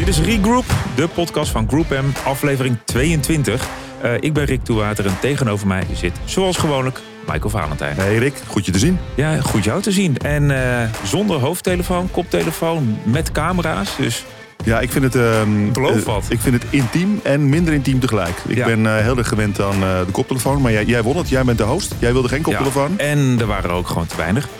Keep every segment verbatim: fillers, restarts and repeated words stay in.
Dit is Regroup, de podcast van GroupM, aflevering tweeëntwintig. Uh, ik ben Rick Toewater en tegenover mij zit, zoals gewoonlijk, Michael Valentijn. Hey Rick, goed je te zien. Ja, goed jou te zien. En uh, zonder hoofdtelefoon, koptelefoon, met camera's, dus... Ja, ik vind het, uh, Beloof wat. Uh, ik vind het intiem en minder intiem tegelijk. Ik ja. ben uh, heel erg gewend aan uh, de koptelefoon, maar jij, jij won het. Jij bent de host. Jij wilde geen koptelefoon. Ja, en er waren er ook gewoon te weinig.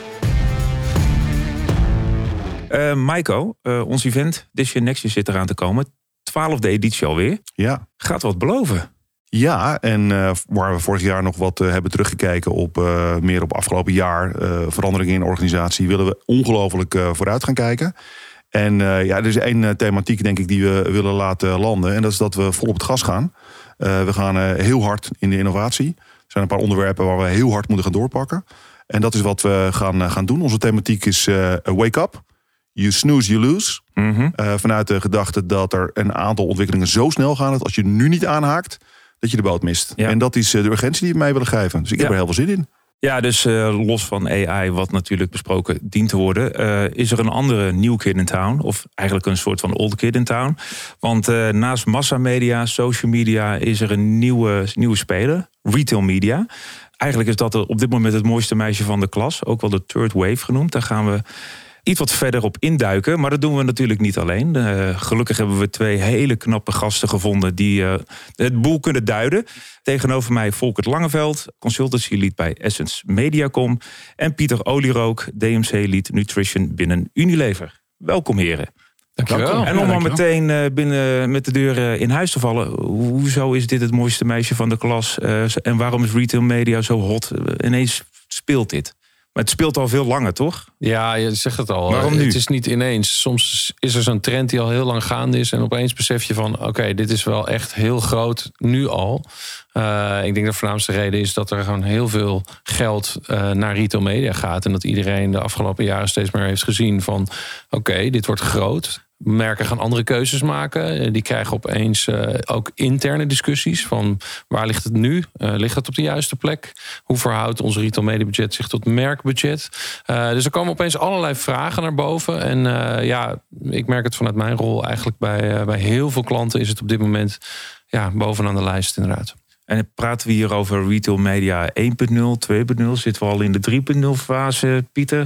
Uh, Maiko, uh, ons event This Year Next Year zit eraan te komen. Twaalfde editie alweer. Ja. Gaat wat beloven. Ja, en uh, waar we vorig jaar nog wat uh, hebben teruggekeken op uh, meer op afgelopen jaar, uh, veranderingen in de organisatie, willen we ongelooflijk uh, vooruit gaan kijken. En uh, ja, er is één uh, thematiek denk ik die we willen laten landen. En dat is dat we vol op het gas gaan. Uh, we gaan uh, heel hard in de innovatie. Er zijn een paar onderwerpen waar we heel hard moeten gaan doorpakken. En dat is wat we gaan, uh, gaan doen. Onze thematiek is uh, wake up. You snooze, you lose. Mm-hmm. Uh, vanuit de gedachte dat er een aantal ontwikkelingen zo snel gaan dat als je nu niet aanhaakt, dat je de boot mist. Ja. En dat is uh, de urgentie die we mij willen geven. Dus ik ja. heb er heel veel zin in. Ja, dus uh, los van A I, wat natuurlijk besproken dient te worden, uh, is er een andere new kid in town. Of eigenlijk een soort van old kid in town. Want uh, naast massamedia, social media, is er een nieuwe, nieuwe speler. Retail media. Eigenlijk is dat op dit moment het mooiste meisje van de klas. Ook wel de third wave genoemd. Daar gaan we iets wat verder op induiken. Maar dat doen we natuurlijk niet alleen. Uh, gelukkig hebben we twee hele knappe gasten gevonden die uh, het boel kunnen duiden. Tegenover mij Volkert Langeveld, consultancy lead bij Essence Mediacom. En Pieter Olierook, D M C lead nutrition binnen Unilever. Welkom heren. Dankjewel. En om al meteen uh, binnen met de deur uh, in huis te vallen. Hoezo is dit het mooiste meisje van de klas? Uh, en waarom is retail media zo hot? Uh, ineens speelt dit. Maar het speelt al veel langer, toch? Ja, je zegt het al. Waarom nu? Het is niet ineens. Soms is er zo'n trend die al heel lang gaande is. En opeens besef je van, oké, okay, dit is wel echt heel groot nu al. Uh, ik denk dat de voornaamste reden is dat er gewoon heel veel geld uh, naar retail media gaat. En dat iedereen de afgelopen jaren steeds meer heeft gezien van, oké, okay, dit wordt groot. Merken gaan andere keuzes maken. Die krijgen opeens uh, ook interne discussies van waar ligt het nu? Uh, ligt het op de juiste plek? Hoe verhoudt ons retail media budget zich tot merkbudget? Uh, dus er komen opeens allerlei vragen naar boven. En uh, ja, ik merk het vanuit mijn rol eigenlijk bij, uh, bij heel veel klanten is het op dit moment ja, bovenaan de lijst inderdaad. En praten we hier over retail media één punt nul, twee punt nul? Zitten we al in de drie punt nul fase, Pieter?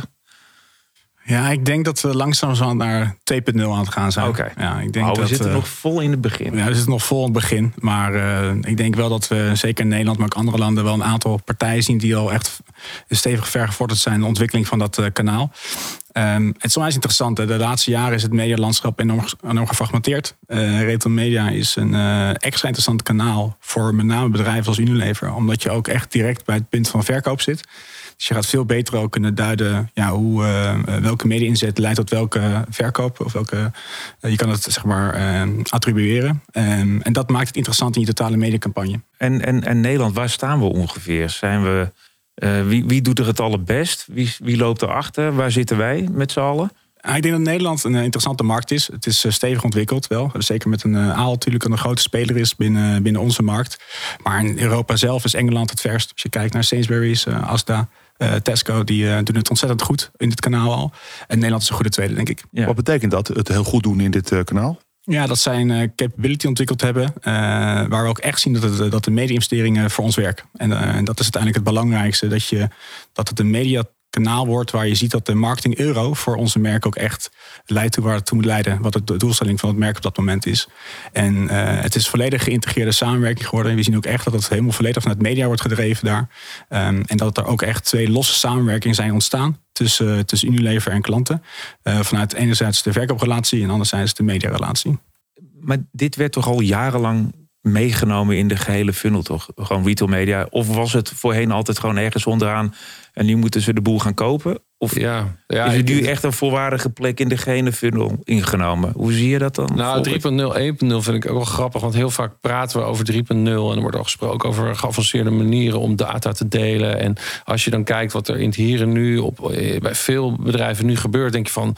Ja, ik denk dat we langzaam zo naar twee punt nul aan het gaan zijn. Oké. Ja, ik denk oh, we dat, zitten uh, nog vol in het begin. Ja, we zitten nog vol in het begin. Maar uh, ik denk wel dat we, zeker in Nederland, maar ook andere landen, wel een aantal partijen zien die al echt stevig vergevorderd zijn in de ontwikkeling van dat uh, kanaal. Um, het is onwijs interessant. Hè. De laatste jaren is het medialandschap enorm, enorm gefragmenteerd. Uh, retail media is een uh, extra interessant kanaal voor met name bedrijven als Unilever. Omdat je ook echt direct bij het punt van verkoop zit. Dus je gaat veel beter ook kunnen duiden ja, hoe, uh, welke media-inzet leidt tot welke verkoop. Of welke, uh, je kan het zeg maar uh, attribueren. Um, en dat maakt het interessant in je totale mediacampagne. En, en, en Nederland, waar staan we ongeveer? Zijn we, uh, wie, wie doet er het allerbest? Wie, wie loopt erachter? Waar zitten wij met z'n allen? Ik denk dat Nederland een interessante markt is. Het is stevig ontwikkeld wel. Zeker met een Aal natuurlijk een grote speler is binnen, binnen onze markt. Maar in Europa zelf is Engeland het verst. Als je kijkt naar Sainsbury's, uh, Asda, uh, Tesco, die uh, doen het ontzettend goed in dit kanaal al. En Nederland is een goede tweede, denk ik. Ja. Wat betekent dat, het heel goed doen in dit uh, kanaal? Ja, dat zij een uh, capability ontwikkeld hebben. Uh, waar we ook echt zien dat, het, dat de media-investeringen voor ons werken. En, uh, en dat is uiteindelijk het belangrijkste. Dat, je, dat het een media kanaal wordt waar je ziet dat de marketing euro voor onze merk ook echt leidt toe waar het toe moet leiden. Wat de doelstelling van het merk op dat moment is. En uh, het is volledig geïntegreerde samenwerking geworden. We zien ook echt dat het helemaal volledig vanuit media wordt gedreven daar. Um, en dat er ook echt twee losse samenwerkingen zijn ontstaan tussen, uh, tussen Unilever en klanten. Uh, vanuit enerzijds de verkooprelatie en anderzijds de mediarelatie. Maar dit werd toch al jarenlang meegenomen in de gehele funnel, toch? Gewoon retail media. Of was het voorheen altijd gewoon ergens onderaan en nu moeten ze de boel gaan kopen? Of ja, ja, is het nu echt een volwaardige plek in de gehele funnel ingenomen? Hoe zie je dat dan? Nou, drie punt nul, één punt nul vind ik ook wel grappig. Want heel vaak praten we over drie punt nul en er wordt al gesproken over geavanceerde manieren om data te delen. En als je dan kijkt wat er in het hier en nu op, bij veel bedrijven nu gebeurt, denk je van,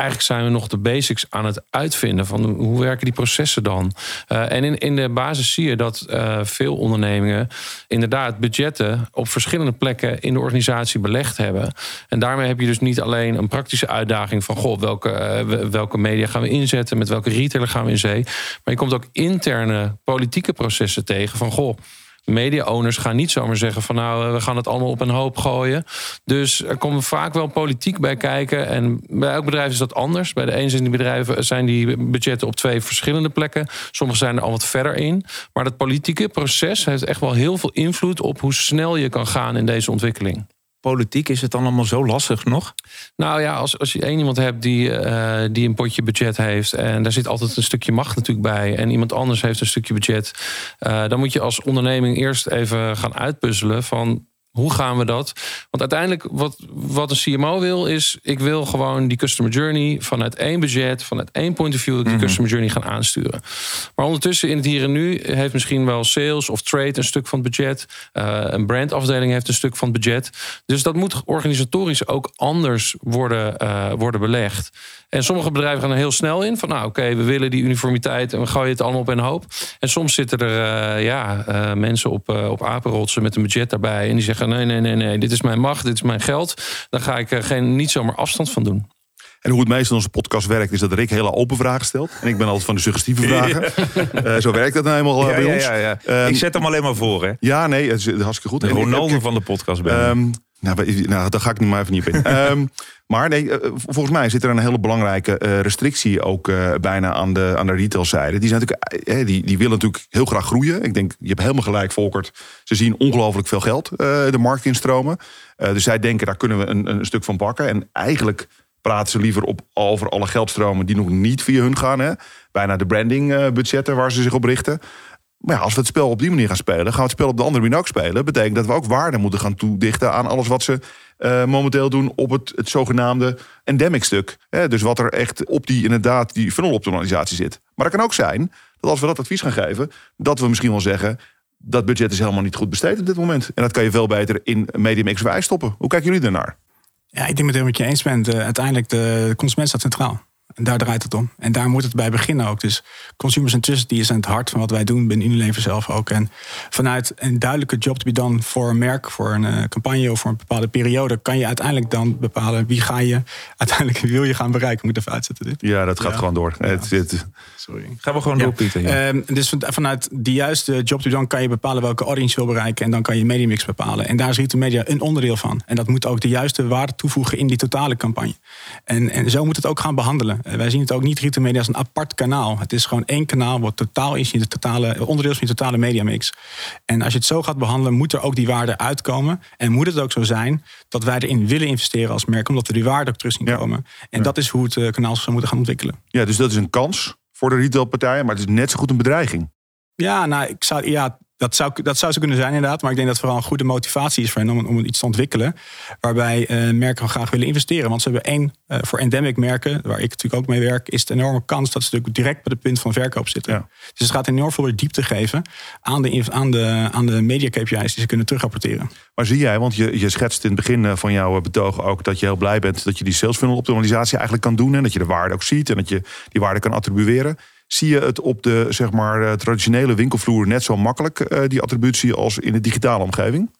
eigenlijk zijn we nog de basics aan het uitvinden van hoe werken die processen dan. Uh, en in, in de basis zie je dat uh, veel ondernemingen inderdaad budgetten op verschillende plekken in de organisatie belegd hebben. En daarmee heb je dus niet alleen een praktische uitdaging van goh, welke, uh, welke media gaan we inzetten, met welke retailer gaan we in zee. Maar je komt ook interne politieke processen tegen van goh, media-owners gaan niet zomaar zeggen van nou, we gaan het allemaal op een hoop gooien. Dus er komt vaak wel politiek bij kijken. En bij elk bedrijf is dat anders. Bij de ene zijn die bedrijven zijn die budgetten op twee verschillende plekken. Sommige zijn er al wat verder in. Maar dat politieke proces heeft echt wel heel veel invloed op hoe snel je kan gaan in deze ontwikkeling. Politiek, is het dan allemaal zo lastig nog? Nou ja, als, als je één iemand hebt die, uh, die een potje budget heeft en daar zit altijd een stukje macht natuurlijk bij en iemand anders heeft een stukje budget, uh, dan moet je als onderneming eerst even gaan uitpuzzelen van hoe gaan we dat? Want uiteindelijk wat, wat een C M O wil is, ik wil gewoon die customer journey vanuit één budget, vanuit één point of view, die mm-hmm. customer journey gaan aansturen. Maar ondertussen in het hier en nu heeft misschien wel sales of trade een stuk van het budget. Uh, een brandafdeling heeft een stuk van het budget. Dus dat moet organisatorisch ook anders worden, uh, worden belegd. En sommige bedrijven gaan er heel snel in. Van nou oké, okay, we willen die uniformiteit en we gooien het allemaal op een hoop. En soms zitten er uh, ja, uh, mensen op, uh, op apenrotsen met een budget daarbij. En die zeggen nee, nee, nee, nee, dit is mijn macht, dit is mijn geld. Daar ga ik uh, geen, niet zomaar afstand van doen. En hoe het meestal in onze podcast werkt, is dat Rick hele open vragen stelt. En ik ben altijd van de suggestieve vragen. Ja. Uh, zo werkt dat nou helemaal uh, ja, bij ons. Ja, ja, ja. Um, ik zet hem alleen maar voor, hè? Ja, nee, het is hartstikke goed. De Ronaldo van de podcast ben um, nou, nou, daar ga ik nu maar even niet op in. um, maar nee, uh, volgens mij zit er een hele belangrijke uh, restrictie ook uh, bijna aan de, aan de retailzijde. Die, zijn natuurlijk, uh, die, die willen natuurlijk heel graag groeien. Ik denk, je hebt helemaal gelijk, Volkert. Ze zien ongelooflijk veel geld uh, de markt instromen. Uh, dus zij denken, daar kunnen we een, een stuk van pakken. En eigenlijk praten ze liever op over alle geldstromen die nog niet via hun gaan. Hè? Bijna de brandingbudgetten waar ze zich op richten. Maar ja, als we het spel op die manier gaan spelen, gaan we het spel op de andere manier ook spelen. Dat betekent dat we ook waarde moeten gaan toedichten aan alles wat ze uh, momenteel doen op het, het zogenaamde endemic stuk. Hè? Dus wat er echt op die inderdaad die funnel-optimalisatie zit. Maar het kan ook zijn dat als we dat advies gaan geven, dat we misschien wel zeggen, dat budget is helemaal niet goed besteed op dit moment. En dat kan je veel beter in Medium X Y stoppen. Hoe kijken jullie daarnaar? Ja, ik denk met het met je eens bent. Uh, uiteindelijk de consument staat centraal. En daar draait het om. En daar moet het bij beginnen ook. Dus consumer centricity is aan het hart van wat wij doen binnen Unilever zelf ook. En vanuit een duidelijke job to be done voor een merk, voor een uh, campagne of voor een bepaalde periode, kan je uiteindelijk dan bepalen wie ga je uiteindelijk wie wil je gaan bereiken. Moet ik even uitzetten dit. Ja, dat gaat ja. gewoon door. Ja. Het, het... Sorry. Gaan we gewoon ja. door, Pieter. Ja. Um, dus vanuit die juiste job to be done kan je bepalen welke audience je wil bereiken. En dan kan je mediamix bepalen. En daar is retail media een onderdeel van. En dat moet ook de juiste waarde toevoegen in die totale campagne. En, en zo moet het ook gaan behandelen. Uh, wij zien het ook niet retail media als een apart kanaal. Het is gewoon één kanaal wat totaal is in de totale onderdeel van je totale mediamix. En als je het zo gaat behandelen, moet er ook die waarde uitkomen. En moet het ook zo zijn dat wij erin willen investeren als merk, omdat we die waarde ook terug zien komen. Ja. En ja. dat is hoe het uh, kanaal zou moeten gaan ontwikkelen. Ja, dus dat is een kans voor de retailpartijen, maar het is net zo goed een bedreiging. Ja, nou, ik zou, ja dat, zou, dat zou zo kunnen zijn inderdaad. Maar ik denk dat het vooral een goede motivatie is voor hen om, om iets te ontwikkelen. Waarbij uh, merken graag willen investeren. Want ze hebben één, uh, voor endemic merken, waar ik natuurlijk ook mee werk, is het een enorme kans dat ze natuurlijk direct bij de punt van verkoop zitten. Ja. Dus het gaat enorm veel diepte geven aan de, aan de, aan de media K P I's die ze kunnen terugrapporteren. Maar zie jij, want je, je schetst in het begin van jouw betoog ook dat je heel blij bent dat je die sales funnel optimalisatie eigenlijk kan doen. En dat je de waarde ook ziet en dat je die waarde kan attribueren. Zie je het op de zeg maar, traditionele winkelvloer net zo makkelijk, die attributie, als in de digitale omgeving?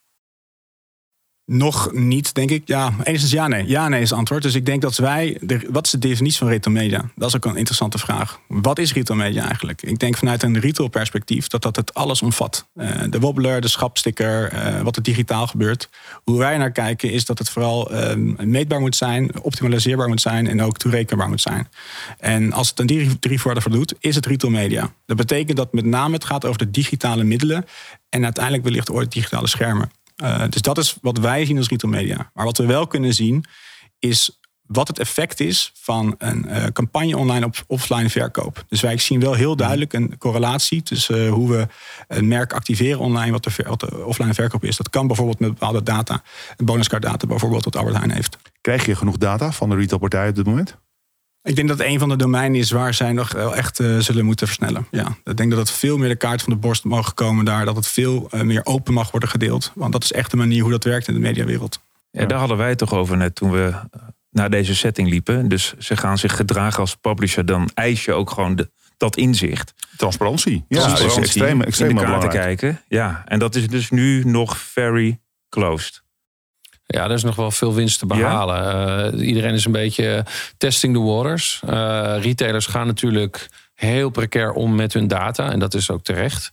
Nog niet, denk ik. Ja, enigszins ja, nee. Ja, nee is het antwoord. Dus ik denk dat wij... De, wat is de definitie van retail media? Dat is ook een interessante vraag. Wat is retail media eigenlijk? Ik denk vanuit een retail perspectief dat dat het alles omvat. Uh, de wobbler, de schapsticker, uh, wat er digitaal gebeurt. Hoe wij naar kijken is dat het vooral uh, meetbaar moet zijn, optimaliseerbaar moet zijn en ook toerekenbaar moet zijn. En als het aan die drie voorwaarden voldoet, is het retail media. Dat betekent dat met name het gaat over de digitale middelen en uiteindelijk wellicht ooit digitale schermen. Uh, dus dat is wat wij zien als retail media. Maar wat we wel kunnen zien is wat het effect is van een uh, campagne online op offline verkoop. Dus wij zien wel heel duidelijk een correlatie tussen uh, hoe we een merk activeren online, wat de, ver, wat de offline verkoop is. Dat kan bijvoorbeeld met bepaalde data, bonuskaartdata bijvoorbeeld, wat Albert Heijn heeft. Krijg je genoeg data van de retailpartij op dit moment? Ik denk dat het een van de domeinen is waar zij nog wel echt uh, zullen moeten versnellen. Ja, ik denk dat het veel meer de kaart van de borst mogen komen daar. Dat het veel uh, meer open mag worden gedeeld. Want dat is echt de manier hoe dat werkt in de mediawereld. Ja, daar hadden wij het toch over net toen we naar deze setting liepen. Dus ze gaan zich gedragen als publisher. Dan eis je ook gewoon de, dat inzicht. Transparantie. Ja, Transparantie, dat is extreem, extreem in de kaart te belangrijk. kijken. Ja, en dat is dus nu nog very closed. Ja, er is nog wel veel winst te behalen. Ja? Uh, iedereen is een beetje testing the waters. Uh, retailers gaan natuurlijk heel precair om met hun data. En dat is ook terecht.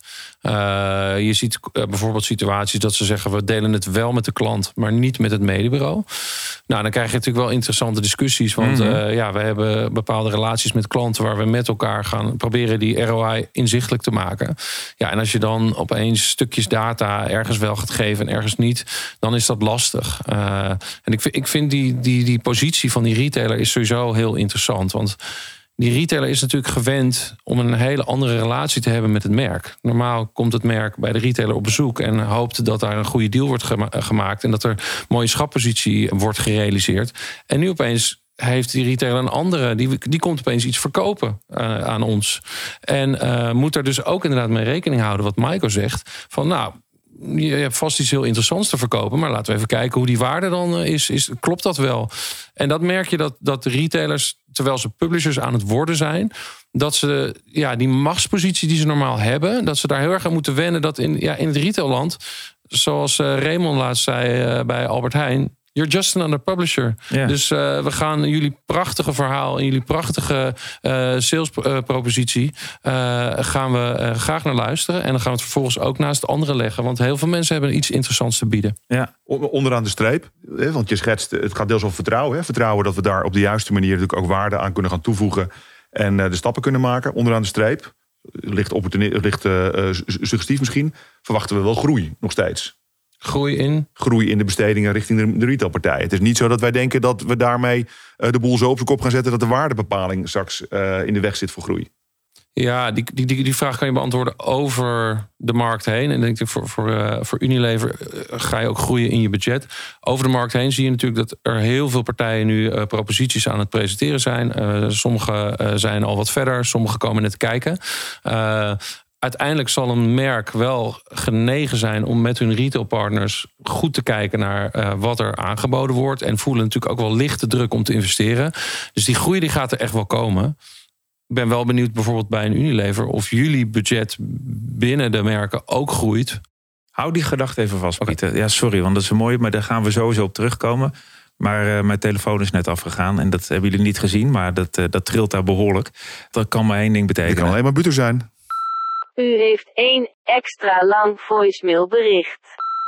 Uh, je ziet uh, bijvoorbeeld situaties dat ze zeggen... we delen het wel met de klant, maar niet met het mediebureau. Nou, dan krijg je natuurlijk wel interessante discussies. Want mm-hmm. uh, ja, we hebben bepaalde relaties met klanten... waar we met elkaar gaan proberen die R O I inzichtelijk te maken. Ja, en als je dan opeens stukjes data ergens wel gaat geven... en ergens niet, dan is dat lastig. Uh, en ik vind, ik vind die, die, die positie van die retailer is sowieso heel interessant. Want... die retailer is natuurlijk gewend om een hele andere relatie te hebben met het merk. Normaal komt het merk bij de retailer op bezoek... en hoopt dat daar een goede deal wordt gema- gemaakt... en dat er een mooie schappositie wordt gerealiseerd. En nu opeens heeft die retailer een andere... die, die komt opeens iets verkopen uh, aan ons. En uh, moet er dus ook inderdaad mee rekening houden... wat Maiko zegt, van nou... je hebt vast iets heel interessants te verkopen... maar laten we even kijken hoe die waarde dan is. is klopt dat wel? En dat merk je dat, dat de retailers... terwijl ze publishers aan het worden zijn... dat ze ja, die machtspositie die ze normaal hebben... dat ze daar heel erg aan moeten wennen... dat in, ja, in het retailland... zoals uh, Raymond laatst zei uh, bij Albert Heijn... you're just another publisher. Ja. Dus uh, we gaan jullie prachtige verhaal... en jullie prachtige uh, salespropositie... Uh, gaan we uh, graag naar luisteren. En dan gaan we het vervolgens ook naast het andere leggen. Want heel veel mensen hebben iets interessants te bieden. Ja. Onderaan de streep, want je schetst... het gaat deels over vertrouwen. Hè? Vertrouwen dat we daar op de juiste manier... natuurlijk ook waarde aan kunnen gaan toevoegen... en uh, de stappen kunnen maken. Onderaan de streep, licht, opportuni- licht uh, suggestief misschien... verwachten we wel groei nog steeds. Groei in? Groei in de bestedingen richting de, de retailpartij. Het is niet zo dat wij denken dat we daarmee uh, de boel zo op zijn kop gaan zetten... dat de waardebepaling straks uh, in de weg zit voor groei. Ja, die, die, die vraag kan je beantwoorden over de markt heen. En denk ik, voor, voor, uh, voor Unilever uh, ga je ook groeien in je budget. Over de markt heen zie je natuurlijk dat er heel veel partijen nu uh, proposities aan het presenteren zijn. Uh, sommige uh, zijn al wat verder, sommige komen net kijken. Uh, Uiteindelijk zal een merk wel genegen zijn om met hun retailpartners goed te kijken naar uh, wat er aangeboden wordt. En voelen natuurlijk ook wel lichte druk om te investeren. Dus die groei die gaat er echt wel komen. Ik ben wel benieuwd bijvoorbeeld bij een Unilever of jullie budget binnen de merken ook groeit. Hou die gedachte even vast, Pieter. Okay. Ja, sorry, want dat is mooi, maar daar gaan we sowieso op terugkomen. Maar uh, mijn telefoon is net afgegaan en dat hebben jullie niet gezien, maar dat, uh, dat trilt daar behoorlijk. Dat kan maar één ding betekenen. Het kan alleen maar buter zijn. U heeft één extra lang voicemailbericht.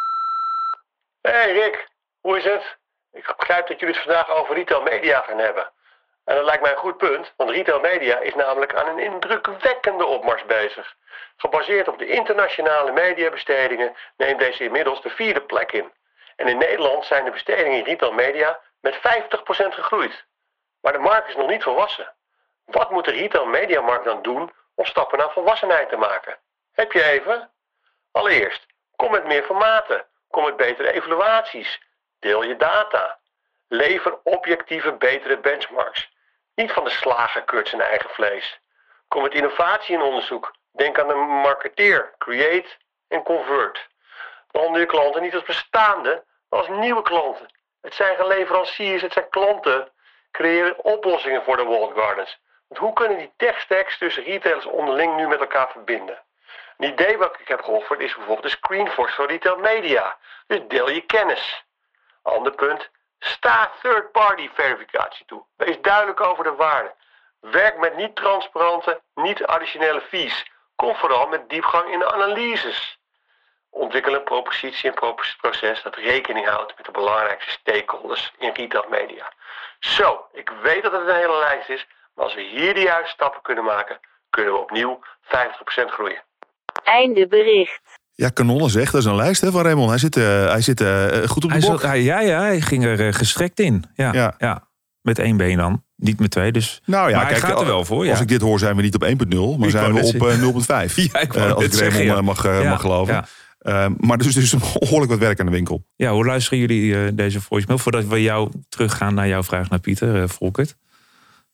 Hey Rick, hoe is het? Ik begrijp dat jullie het vandaag over retail media gaan hebben. En dat lijkt mij een goed punt, want retail media is namelijk aan een indrukwekkende opmars bezig. Gebaseerd op de internationale mediabestedingen neemt deze inmiddels de vierde plek in. En in Nederland zijn de bestedingen in retail media met vijftig procent gegroeid. Maar de markt is nog niet volwassen. Wat moet de retail mediamarkt dan doen om stappen naar volwassenheid te maken? Heb je even? Allereerst, kom met meer formaten. Kom met betere evaluaties. Deel je data. Lever objectieve, betere benchmarks. Niet van de slager keurt zijn eigen vlees. Kom met innovatie in onderzoek. Denk aan de marketeer. Create en convert. Behandel je klanten niet als bestaande, maar als nieuwe klanten. Het zijn geen leveranciers, het zijn klanten. Creëer oplossingen voor de walled gardens. Want hoe kunnen die tech-stacks tussen retailers onderling nu met elkaar verbinden? Een idee wat ik heb geofferd is bijvoorbeeld de Screenforce voor retail media. Dus deel je kennis. Ander punt. Sta third-party verificatie toe. Wees duidelijk over de waarde. Werk met niet-transparante, niet-additionele fees. Kom vooral met diepgang in de analyses. Ontwikkel een propositie en proces dat rekening houdt met de belangrijkste stakeholders in retail media. Zo, ik weet dat het een hele lijst is, maar als we hier de juiste stappen kunnen maken, kunnen we opnieuw vijftig procent groeien. Einde bericht. Ja, kanonnen zeg, dat is een lijst hè, van Raymond. Hij zit, uh, hij zit uh, goed op de hij bok. Zat, hij, ja, ja, hij ging er uh, gestrekt in. Ja, ja. ja, met één been dan. Niet met twee, dus. Nou ja, maar kijk, hij gaat er wel voor. Ja. Als ik dit hoor, zijn we niet op één punt nul, maar ik zijn we op uh, nul punt vijf. Ja, ik uh, als ik Raymond zeggen, ja. mag, uh, ja, mag geloven. Ja. Uh, maar dus, dus behoorlijk wat werk aan de winkel. Ja, hoe luisteren jullie uh, deze voicemail? Voordat we jou teruggaan naar jouw vraag naar Pieter, uh, Volkert.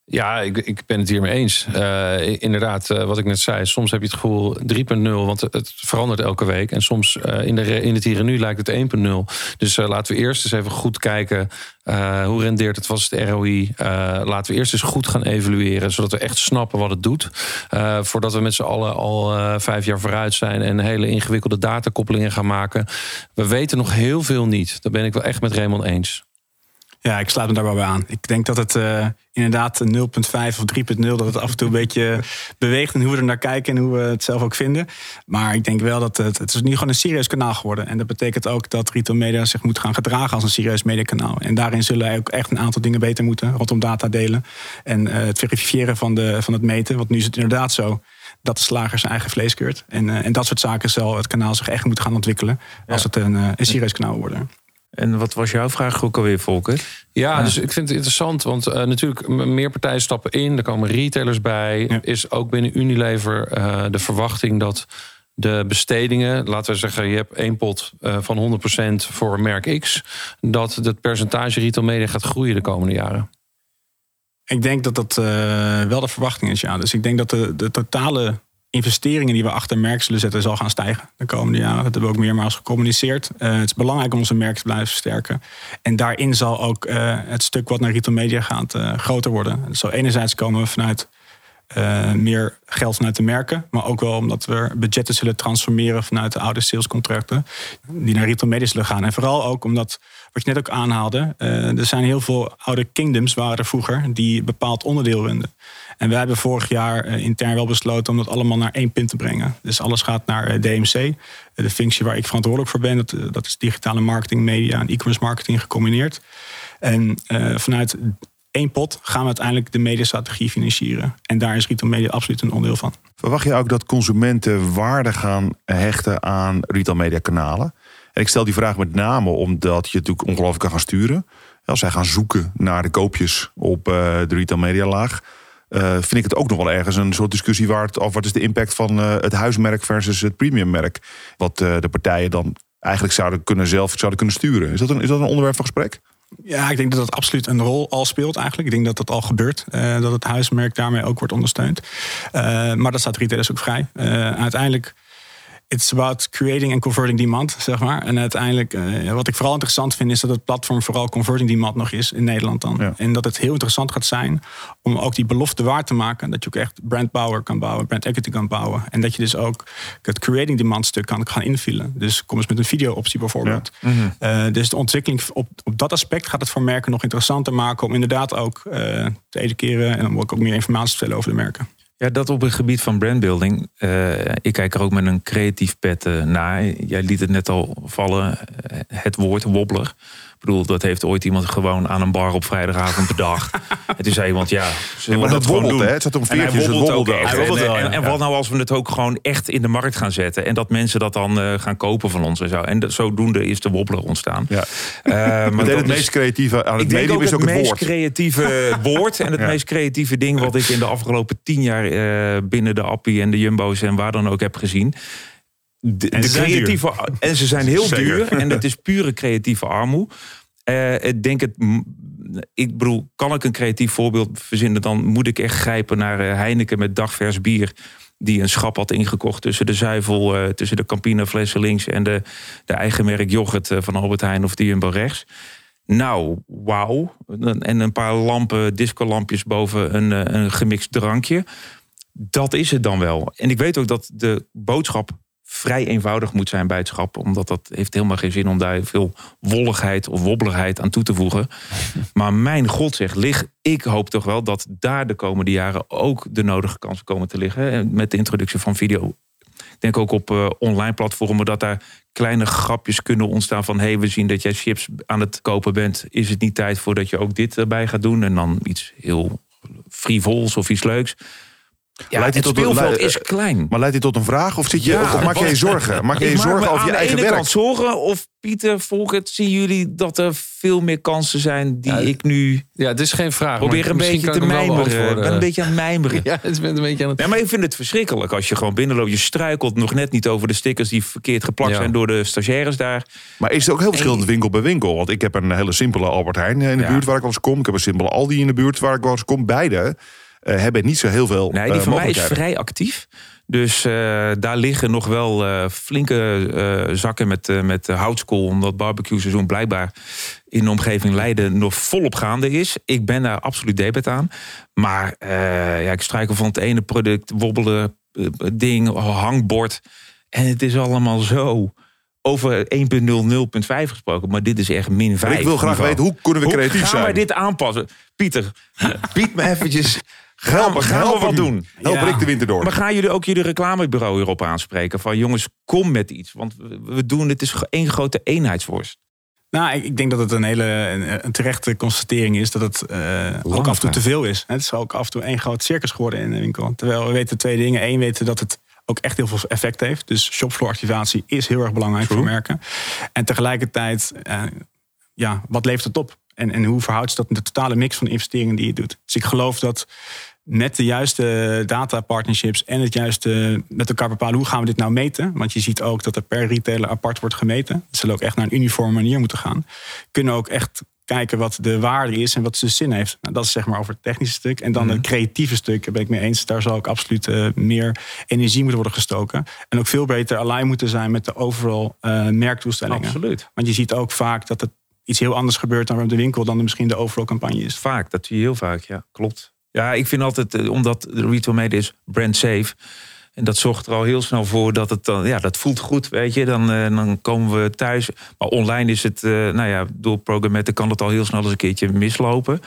Ja, ik, ik ben het hiermee eens. Uh, inderdaad, uh, wat ik net zei, soms heb je het gevoel drie punt nul, want het verandert elke week. En soms uh, in, de, in het hier en nu lijkt het één punt nul. Dus uh, laten we eerst eens even goed kijken uh, hoe rendeert het, wat is het R O I. Uh, laten we eerst eens goed gaan evalueren, zodat we echt snappen wat het doet. Uh, voordat we met z'n allen al uh, vijf jaar vooruit zijn en hele ingewikkelde datakoppelingen gaan maken. We weten nog heel veel niet. Daar ben ik wel echt met Raymond eens. Ja, ik sluit me daar wel bij aan. Ik denk dat het uh, inderdaad nul punt vijf of drie punt nul... dat het af en toe een beetje beweegt in hoe we er naar kijken en hoe we het zelf ook vinden. Maar ik denk wel dat het, het is nu gewoon een serieus kanaal geworden. En dat betekent ook dat retail media zich moet gaan gedragen als een serieus mediakanaal. En daarin zullen ook echt een aantal dingen beter moeten rondom data delen. En uh, het verifiëren van, de, van het meten. Want nu is het inderdaad zo dat de slager zijn eigen vlees keurt. En, uh, en dat soort zaken zal het kanaal zich echt moeten gaan ontwikkelen als ja. het een, uh, een serieus kanaal wordt. En wat was jouw vraag ook alweer, Volker? Ja, dus ik vind het interessant, want uh, natuurlijk meer partijen stappen in. Er komen retailers bij. Ja. Is ook binnen Unilever uh, de verwachting dat de bestedingen, laten we zeggen, je hebt één pot uh, van honderd procent voor merk X, dat het percentage retail media gaat groeien de komende jaren? Ik denk dat dat uh, wel de verwachting is, ja. Dus ik denk dat de, de totale investeringen die we achter merk zullen zetten zal gaan stijgen de komende jaren. Dat hebben we ook meermaals gecommuniceerd. Uh, het is belangrijk om onze merk te blijven versterken. En daarin zal ook uh, het stuk wat naar retail media gaat uh, groter worden. Dus zo enerzijds komen we vanuit uh, meer geld vanuit de merken, maar ook wel omdat we budgetten zullen transformeren vanuit de oude salescontracten die naar retail media zullen gaan. En vooral ook omdat, wat je net ook aanhaalde, uh, er zijn heel veel oude kingdoms waren er vroeger die bepaald onderdeel runden. En wij hebben vorig jaar uh, intern wel besloten om dat allemaal naar één punt te brengen. Dus alles gaat naar uh, D M C. Uh, de functie waar ik verantwoordelijk voor ben, dat, uh, dat is digitale marketing, media en e-commerce marketing gecombineerd. En uh, vanuit één pot gaan we uiteindelijk de mediastrategie financieren. En daar is retail media absoluut een onderdeel van. Verwacht je ook dat consumenten waarde gaan hechten aan retail media kanalen? En ik stel die vraag met name omdat je natuurlijk ongelooflijk kan gaan sturen. Als zij gaan zoeken naar de koopjes op uh, de retail media laag, Uh, vind ik het ook nog wel ergens een soort discussie waard. Of wat is de impact van uh, het huismerk versus het premiummerk? Wat uh, de partijen dan eigenlijk zouden kunnen zelf zouden kunnen sturen. Is dat een, is dat een onderwerp van gesprek? Ja, ik denk dat dat absoluut een rol al speelt eigenlijk. Ik denk dat dat al gebeurt. Uh, dat het huismerk daarmee ook wordt ondersteund. Uh, maar dat staat retailers ook vrij. Uh, uiteindelijk, it's about creating and converting demand, zeg maar. En uiteindelijk, uh, wat ik vooral interessant vind, is dat het platform vooral converting demand nog is in Nederland dan. Ja. En dat het heel interessant gaat zijn om ook die belofte waar te maken. Dat je ook echt brand power kan bouwen, brand equity kan bouwen. En dat je dus ook het creating demand stuk kan gaan invullen. Dus kom eens met een video-optie bijvoorbeeld. Ja. Mm-hmm. Uh, dus de ontwikkeling op, op dat aspect gaat het voor merken nog interessanter maken om inderdaad ook uh, te educeren en om ook, ook meer informatie te vertellen over de merken. Ja, dat op het gebied van brandbuilding. Uh, ik kijk er ook met een creatief pet uh, naar. Jij liet het net al vallen, uh, het woord wobbler. Ik bedoel, dat heeft ooit iemand gewoon aan een bar op vrijdagavond bedacht. En toen zei iemand, ja, zullen we ja, dat gewoon wobbelt, doen? Hè? Het zat om veertjes, en hij wobbelt ook echt. Hij wobbelt en, wel, en, ja. en wat nou als we het ook gewoon echt in de markt gaan zetten? En dat mensen dat dan uh, gaan kopen van ons en zo. En dat, zodoende is de wobbler ontstaan. Ja. Uh, maar het is, meest creatieve aan het medium is ook het, het meest woord. creatieve woord en het ja. meest creatieve ding wat ik in de afgelopen tien jaar uh, binnen de Appie en de Jumbo's en waar dan ook heb gezien. De, en, de ze creatieve, en ze zijn heel Zeker. duur. En dat is pure creatieve armoe. Uh, ik denk het. Ik bedoel, kan ik een creatief voorbeeld verzinnen, dan moet ik echt grijpen naar uh, Heineken met dagvers bier, die een schap had ingekocht tussen de zuivel, uh, tussen de Campina flessen links en de, de eigen merk yoghurt uh, van Albert Heijn of de Jumbo rechts. Nou, wauw. En een paar lampen, discolampjes boven een, een gemixt drankje. Dat is het dan wel. En ik weet ook dat de boodschap vrij eenvoudig moet zijn bij het schap. Omdat dat heeft helemaal geen zin om daar veel wolligheid of wobbeligheid aan toe te voegen. Maar mijn god zeg, lig, ik hoop toch wel dat daar de komende jaren ook de nodige kansen komen te liggen. Met de introductie van video. Ik denk ook op uh, online platformen dat daar kleine grapjes kunnen ontstaan van hey, we zien dat jij chips aan het kopen bent. Is het niet tijd voor dat je ook dit erbij gaat doen? En dan iets heel frivols of iets leuks. Ja, Leidt hij het tot een- speelveld le- is klein. Maar leidt dit tot een vraag? Of, zit je, Ja, of maak je je wat- zorgen? Maak je je Ik maak me zorgen over aan je de eigen ene werk? kant zorgen. Of Pieter, Volkert, zien jullie dat er veel meer kansen zijn die Ja, ik nu Ja, het is geen vraag. probeer maar een misschien beetje te kan ik hem wel mijmeren. Ik ben beantwoorden. een beetje aan het mijmeren. Ja, het bent een beetje aan het... Ja, maar ik vind het verschrikkelijk als je gewoon binnenloopt. Je struikelt nog net niet over de stickers die verkeerd geplakt Ja. zijn door de stagiaires daar. Maar is het ook heel verschillend winkel bij winkel? Want ik heb een hele simpele Albert Heijn in de Ja. buurt waar ik wel eens kom. Ik heb een simpele Aldi in de buurt waar ik wel eens kom. Beide uh, hebben niet zo heel veel Nee, die uh, van mij is mogelijkheden. vrij actief. Dus uh, daar liggen nog wel uh, flinke uh, zakken met, uh, met uh, houtskool. Omdat barbecue seizoen blijkbaar in de omgeving Leiden nog volop gaande is. Ik ben daar absoluut debet aan. Maar uh, ja, ik struikel van het ene product, wobbelen, uh, ding, hangbord. En het is allemaal zo... Over één punt nul, nul punt vijf gesproken, maar dit is echt min vijf. Ik wil graag niveau. weten, hoe kunnen we Hoe creatief gaan zijn? wij dit aanpassen? Pieter, bied me eventjes... Gaan, Help, we- gaan help we wat hem. doen? Help Ja. Rick de winter door. Maar gaan jullie ook jullie reclamebureau hierop aanspreken? Van jongens, kom met iets. Want we- we doen, het is één grote eenheidsworst. Nou, ik, ik denk dat het een hele een, een terechte constatering is dat het uh, ook af en toe te veel is. Het is ook af en toe één groot circus geworden in de winkel. Terwijl we weten twee dingen. Eén, weten dat het ook echt heel veel effect heeft. Dus shopfloor activatie is heel erg belangrijk voor merken. En tegelijkertijd, uh, ja, wat levert het op? En, en hoe verhoudt zich dat met de totale mix van de investeringen die je doet? Dus ik geloof dat met de juiste data partnerships en het juiste met elkaar bepalen hoe gaan we dit nou meten. Want je ziet ook dat er per retailer apart wordt gemeten. Ze zullen ook echt naar een uniforme manier moeten gaan. Kunnen ook echt kijken wat de waarde is en wat de zin heeft. Nou, dat is zeg maar over het technische stuk. En dan Mm-hmm. het creatieve stuk, daar ben ik mee eens. Daar zal ook absoluut uh, meer energie moeten worden gestoken. En ook veel beter align moeten zijn met de overal uh, merkdoelstellingen. Absoluut. Want je ziet ook vaak dat het iets heel anders gebeurt dan op de winkel dan misschien de overal campagne is. Vaak, dat zie je heel vaak, ja, klopt. Ja, ik vind altijd, omdat de retail media is brand safe. En dat zorgt er al heel snel voor dat het dan, ja, dat voelt goed, weet je. Dan, uh, dan komen we thuis. Maar online is het, uh, nou ja, door programmaten kan het al heel snel eens een keertje mislopen.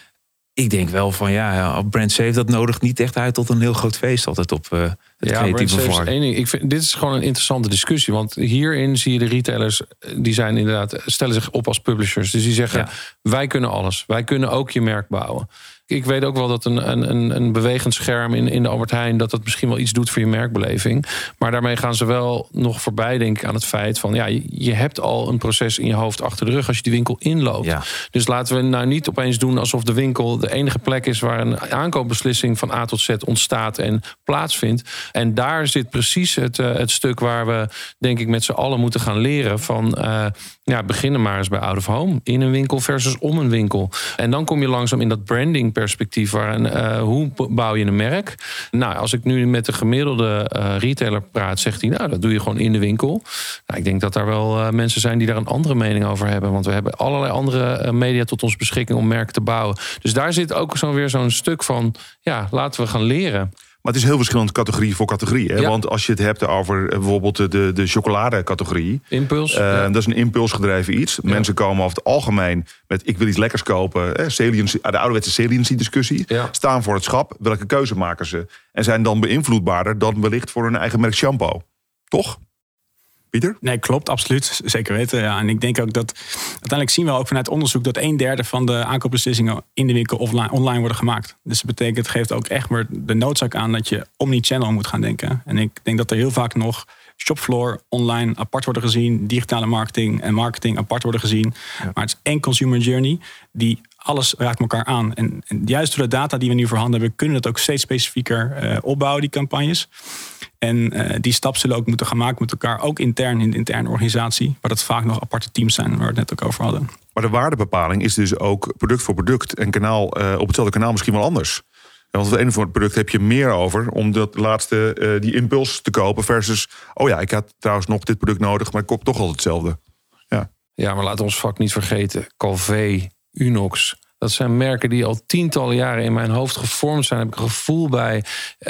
Ik denk wel van, ja, brand safe, dat nodigt niet echt uit tot een heel groot feest altijd op uh, het Ja, creatieve brand vlak. één ding. Ik vind, dit is gewoon een interessante discussie. Want hierin zie je de retailers, die zijn inderdaad, stellen zich op als publishers. Dus die zeggen, Ja. wij kunnen alles. Wij kunnen ook je merk bouwen. Ik weet ook wel dat een, een, een bewegend scherm in, in de Albert Heijn, dat dat misschien wel iets doet voor je merkbeleving. Maar daarmee gaan ze wel nog voorbij, denk ik, aan het feit van, ja, je, je hebt al een proces in je hoofd achter de rug als je die winkel inloopt. Ja. Dus laten we nou niet opeens doen alsof de winkel de enige plek is waar een aankoopbeslissing van A tot Z ontstaat en plaatsvindt. En daar zit precies het, uh, het stuk waar we, denk ik, met z'n allen moeten gaan leren van, uh, ja, beginnen maar eens bij out of home. In een winkel versus om een winkel. En dan kom je langzaam in dat branding perspectief waarin, uh, hoe bouw je een merk? Nou, als ik nu met de gemiddelde uh, retailer praat, zegt hij, nou, dat doe je gewoon in de winkel. Nou, ik denk dat daar wel uh, mensen zijn die daar een andere mening over hebben. Want we hebben allerlei andere uh, media tot onze beschikking om merken te bouwen. Dus daar zit ook zo weer zo'n stuk van, ja, laten we gaan leren. Maar het is heel verschillend categorie voor categorie. Hè? Ja. Want als je het hebt over uh, bijvoorbeeld de, de, de chocoladecategorie. Impuls. Uh, ja. Dat is een impulsgedreven iets. Ja. Mensen komen over het algemeen met ik wil iets lekkers kopen. Hè, saliency, de ouderwetse saliency discussie. Ja. Staan voor het schap. Welke keuze maken ze? En zijn dan beïnvloedbaarder dan wellicht voor hun eigen merk shampoo. Toch? Pieter? Nee, klopt, absoluut. Zeker weten. Ja. En ik denk ook dat uiteindelijk zien we ook vanuit onderzoek dat een derde van de aankoopbeslissingen in de winkel offline, online worden gemaakt. Dus dat betekent, het geeft ook echt maar de noodzaak aan dat je omnichannel moet gaan denken. En ik denk dat er heel vaak nog shopfloor online apart worden gezien, digitale marketing en marketing apart worden gezien. Ja. Maar het is één consumer journey die alles raakt elkaar aan. En, en juist door de data die we nu voorhanden hebben, kunnen we dat ook steeds specifieker uh, opbouwen, die campagnes. En uh, die stap zullen ook moeten gemaakt met elkaar, ook intern in de interne organisatie, waar dat vaak nog aparte teams zijn, waar we het net ook over hadden. Maar de waardebepaling is dus ook product voor product en kanaal uh, op hetzelfde kanaal misschien wel anders. Want op het ene product heb je meer over om dat laatste, uh, die impuls te kopen versus, oh ja, ik had trouwens nog dit product nodig, maar ik koop toch altijd hetzelfde. Ja, ja, maar laten we ons vak niet vergeten. Calvé, Unox. Dat zijn merken die al tientallen jaren in mijn hoofd gevormd zijn. Heb ik een gevoel bij.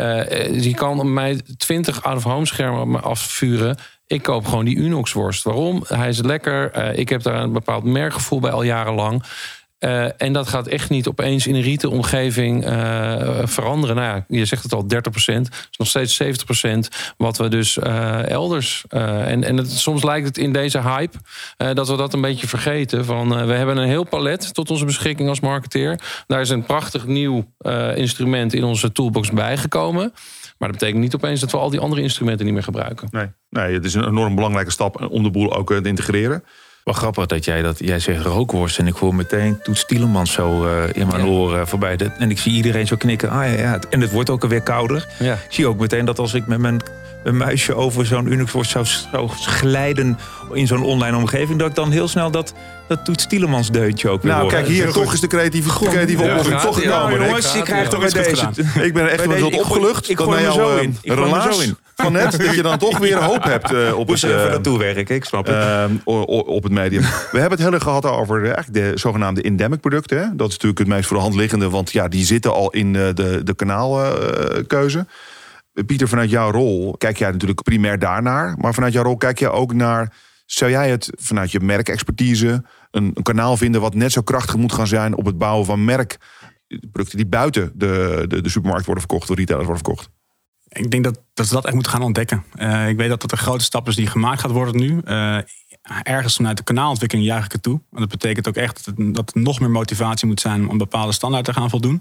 Uh, je kan mij twintig out-of-home schermen op me afvuren. Ik koop gewoon die Unox worst. Waarom? Hij is lekker. Uh, ik heb daar een bepaald merkgevoel bij al jarenlang. Uh, en dat gaat echt niet opeens in een retailomgeving uh, veranderen. Nou ja, je zegt het al, dertig procent. Dat is nog steeds zeventig procent wat we dus uh, elders... Uh, en en het, soms lijkt het in deze hype uh, dat we dat een beetje vergeten. Van, uh, we hebben een heel palet tot onze beschikking als marketeer. Daar is een prachtig nieuw uh, instrument in onze toolbox bijgekomen. Maar dat betekent niet opeens dat we al die andere instrumenten niet meer gebruiken. Nee, nee, het is een enorm belangrijke stap om de boel ook te integreren. Wel grappig dat jij dat jij zegt rookworst en ik hoor meteen Toets Tielemans zo uh, in mijn ja. oren voorbij. En ik zie iedereen zo knikken. Ah ja, ja. En het wordt ook alweer kouder. Ja. Ik zie ook meteen dat als ik met mijn, mijn muisje over zo'n Unix-worst zou, zou glijden in zo'n online omgeving, dat ik dan heel snel dat, dat Toets Tielemans deuntje ook weer Nou, hoor. kijk, hier toch is de creatieve, goed. creatieve ja, oplossing toch gekomen. Ja, jongens, ik krijg toch bij deze. Ik ben echt wel wat opgelucht. Ik gooi me zo in. Ik gooi me zo in. Van net, dat je dan toch weer hoop hebt uh, op Moest het... er even naartoe werken, ik snap het. Uh, op het medium. We hebben het heel erg gehad over de, eigenlijk de zogenaamde endemic producten. Hè? Dat is natuurlijk het meest voor de hand liggende, want ja, die zitten al in de, de, de kanaalkeuze. Uh, Pieter, vanuit jouw rol kijk jij natuurlijk primair daarnaar. Maar vanuit jouw rol kijk jij ook naar... Zou jij het vanuit je merkexpertise een, een kanaal vinden wat net zo krachtig moet gaan zijn op het bouwen van merkproducten die buiten de, de, de supermarkt worden verkocht, door retailers worden verkocht? Ik denk dat, dat we dat echt moeten gaan ontdekken. Uh, ik weet dat dat een grote stap is die gemaakt gaat worden nu. Uh, ergens vanuit de kanaalontwikkeling juich ik het toe. Want dat betekent ook echt dat, het, dat er nog meer motivatie moet zijn om een bepaalde standaard te gaan voldoen.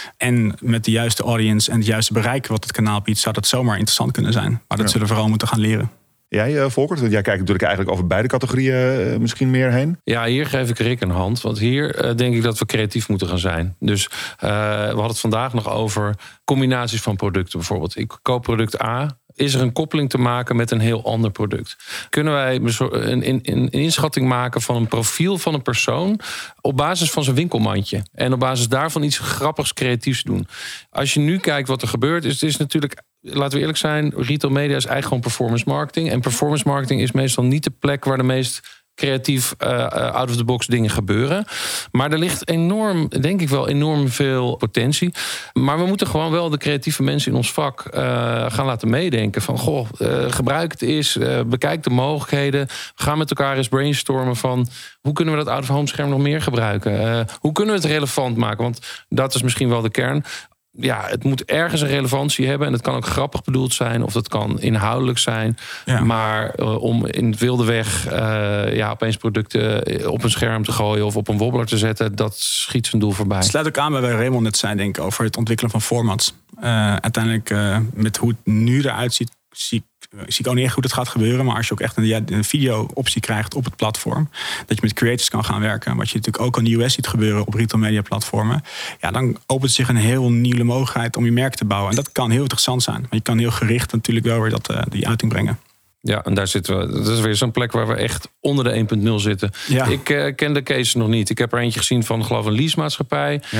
En met de juiste audience en het juiste bereik wat het kanaal biedt, zou dat zomaar interessant kunnen zijn. Maar dat ja. zullen we vooral moeten gaan leren. Jij, uh, Volkert? Want jij kijkt natuurlijk eigenlijk over beide categorieën uh, misschien meer heen. Ja, hier geef ik Rick een hand. Want hier uh, denk ik dat we creatief moeten gaan zijn. Dus uh, we hadden het vandaag nog over combinaties van producten bijvoorbeeld. Ik koop product A. Is er een koppeling te maken met een heel ander product? Kunnen wij een, een, een inschatting maken van een profiel van een persoon op basis van zijn winkelmandje? En op basis daarvan iets grappigs, creatiefs doen. Als je nu kijkt wat er gebeurt, is het is natuurlijk... Laten we eerlijk zijn, retail media is eigenlijk gewoon performance marketing. En performance marketing is meestal niet de plek waar de meest creatief uh, out-of-the-box dingen gebeuren. Maar er ligt enorm, denk ik wel, enorm veel potentie. Maar we moeten gewoon wel de creatieve mensen in ons vak uh, gaan laten meedenken. Van, goh, uh, gebruik het eens, uh, bekijk de mogelijkheden. Ga met elkaar eens brainstormen van, hoe kunnen we dat out-of-home scherm nog meer gebruiken? Uh, hoe kunnen we het relevant maken? Want dat is misschien wel de kern. Ja, het moet ergens een relevantie hebben. En het kan ook grappig bedoeld zijn. Of dat kan inhoudelijk zijn. Ja. Maar uh, om in het wilde weg... Uh, ja, opeens producten op een scherm te gooien... of op een wobbler te zetten... dat schiet zijn doel voorbij. Het sluit ook aan bij waar Raymond net zei, denk ik... over het ontwikkelen van formats. Uh, uiteindelijk, uh, met hoe het nu eruit ziet... zie ik zie ik ook niet echt hoe dat gaat gebeuren. Maar als je ook echt een, een video-optie krijgt op het platform... dat je met creators kan gaan werken... wat je natuurlijk ook aan de U S ziet gebeuren op retail media platformen... ja, dan opent zich een heel nieuwe mogelijkheid om je merk te bouwen. En dat kan heel interessant zijn. Maar je kan heel gericht natuurlijk wel weer dat, uh, die uiting brengen. Ja, en daar zitten we. Dat is weer zo'n plek waar we echt onder de één punt nul zitten. Ja. Ik uh, ken de case nog niet. Ik heb er eentje gezien van, geloof ik, een leasemaatschappij... Ja.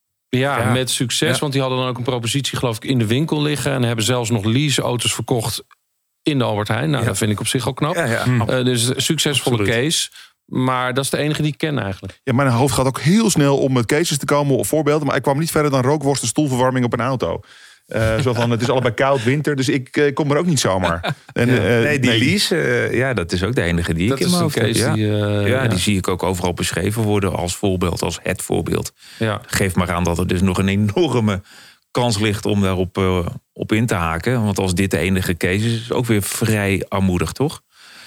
Ja, ja, met succes. Ja. Want die hadden dan ook een propositie, geloof ik, in de winkel liggen. En hebben zelfs nog leaseauto's verkocht in de Albert Heijn. Nou, ja. dat vind ik op zich ook knap. Ja, ja. Uh, dus een succesvolle Absoluut. case. Maar dat is de enige die ik ken eigenlijk. Ja, mijn hoofd gaat ook heel snel om met cases te komen of voorbeelden. Maar ik kwam niet verder dan rookworst en stoelverwarming op een auto. Uh, zo van, het is allebei koud, winter, dus ik uh, kom er ook niet zomaar. En, ja. uh, nee, die nee. lease, uh, ja, dat is ook de enige die dat ik in mijn hoofd heb. Ja. Die, uh, ja, ja, die zie ik ook overal beschreven worden als voorbeeld, als het voorbeeld. Ja. Geef maar aan dat er dus nog een enorme kans ligt om daarop uh, op in te haken. Want als dit de enige case is, is het ook weer vrij armoedig, toch?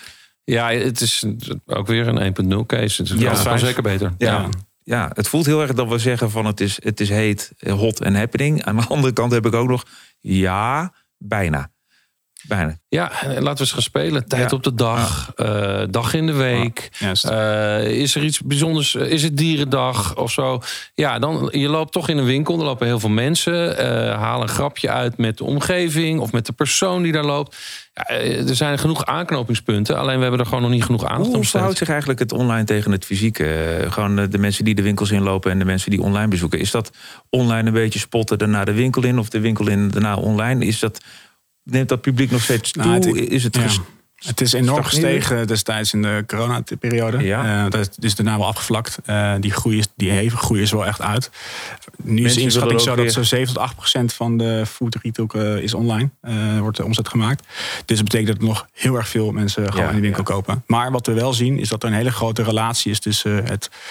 Ja, het is ook weer een één punt nul case. Het ja, kan zeker beter. Ja. ja. Ja, het voelt heel erg dat we zeggen van het is, het is heet, hot en happening. Aan de andere kant heb ik ook nog, ja, bijna. Bijna. Ja, laten we eens gaan spelen. Tijd ja. op de dag, ja. uh, dag in de week. Ja, uh, is er iets bijzonders? Is het dierendag of zo? Ja, dan je loopt toch in een winkel. Er lopen heel veel mensen. Uh, haal een grapje uit met de omgeving of met de persoon die daar loopt. Ja, er zijn genoeg aanknopingspunten. Alleen we hebben er gewoon nog niet genoeg aandacht om. Hoe verhoudt zich eigenlijk het online tegen het fysieke? Uh, gewoon de mensen die de winkels inlopen en de mensen die online bezoeken. Is dat online een beetje spotten, daarna de winkel in of de winkel in, daarna online? Is dat... Neemt dat publiek nog steeds toe? Nou, het, is het, ja. het is enorm gestegen destijds in de coronaperiode. Ja. Uh, dat is daarna wel afgevlakt. Uh, die groei is, die hevige groei is wel echt uit. Nu Mensen is de inschatting zo dat zo'n zeven tot acht procent van de food retail uh, is online. Uh, wordt de omzet gemaakt. Dus dat betekent dat nog heel erg veel mensen gewoon ja, in de winkel ja. kopen. Maar wat we wel zien is dat er een hele grote relatie is tussen het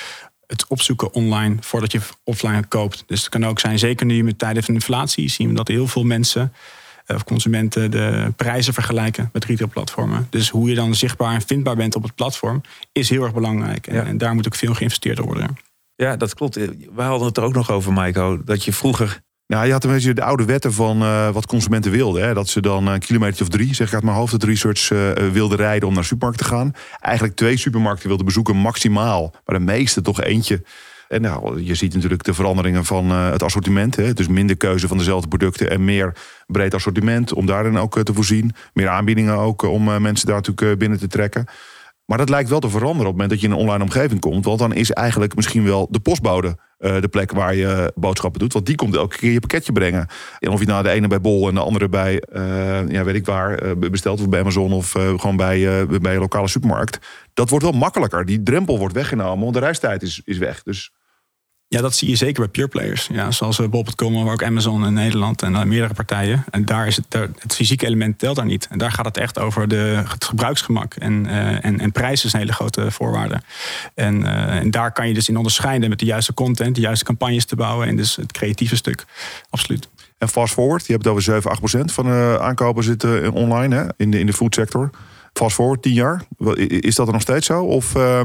het opzoeken online voordat je offline koopt. Dus het kan ook zijn, zeker nu met tijden van inflatie, zien we dat heel veel mensen of consumenten de prijzen vergelijken met retailplatformen. Dus hoe je dan zichtbaar en vindbaar bent op het platform is heel erg belangrijk. En, ja. en daar moet ook veel geïnvesteerd worden. Ja, dat klopt. We hadden het er ook nog over, Maiko, dat je vroeger... Nou, je had een beetje de oude wetten van uh, wat consumenten wilden. Hè? Dat ze dan een kilometer of drie, zeg ik uit mijn hoofd, het research uh, wilden rijden om naar de supermarkt te gaan. Eigenlijk twee supermarkten wilden bezoeken maximaal, maar de meeste toch eentje. En nou, je ziet natuurlijk de veranderingen van uh, het assortiment. Hè? Dus minder keuze van dezelfde producten en meer breed assortiment om daarin ook uh, te voorzien. Meer aanbiedingen ook uh, om uh, mensen daar natuurlijk uh, binnen te trekken. Maar dat lijkt wel te veranderen op het moment dat je in een online omgeving komt. Want dan is eigenlijk misschien wel de postbode uh, de plek waar je boodschappen doet. Want die komt elke keer je pakketje brengen. En of je nou de ene bij Bol en de andere bij, uh, ja, weet ik waar, uh, bestelt. Of bij Amazon of uh, gewoon bij, uh, bij een lokale supermarkt. Dat wordt wel makkelijker. Die drempel wordt weggenomen, want de reistijd is, is weg. Dus... Ja, dat zie je zeker bij pure players. Ja, zoals bol punt com, maar ook Amazon in Nederland en uh, meerdere partijen. En daar is het, het fysieke element telt daar niet. En daar gaat het echt over de, het gebruiksgemak. En, uh, en, en prijs is een hele grote voorwaarde. En, uh, en daar kan je dus in onderscheiden met de juiste content, de juiste campagnes te bouwen. En dus het creatieve stuk, absoluut. En fast forward, je hebt het over zeven, acht procent van de aankopen zitten online, hè, in de, in de foodsector. Fast forward, tien jaar. Is dat er nog steeds zo? Of uh,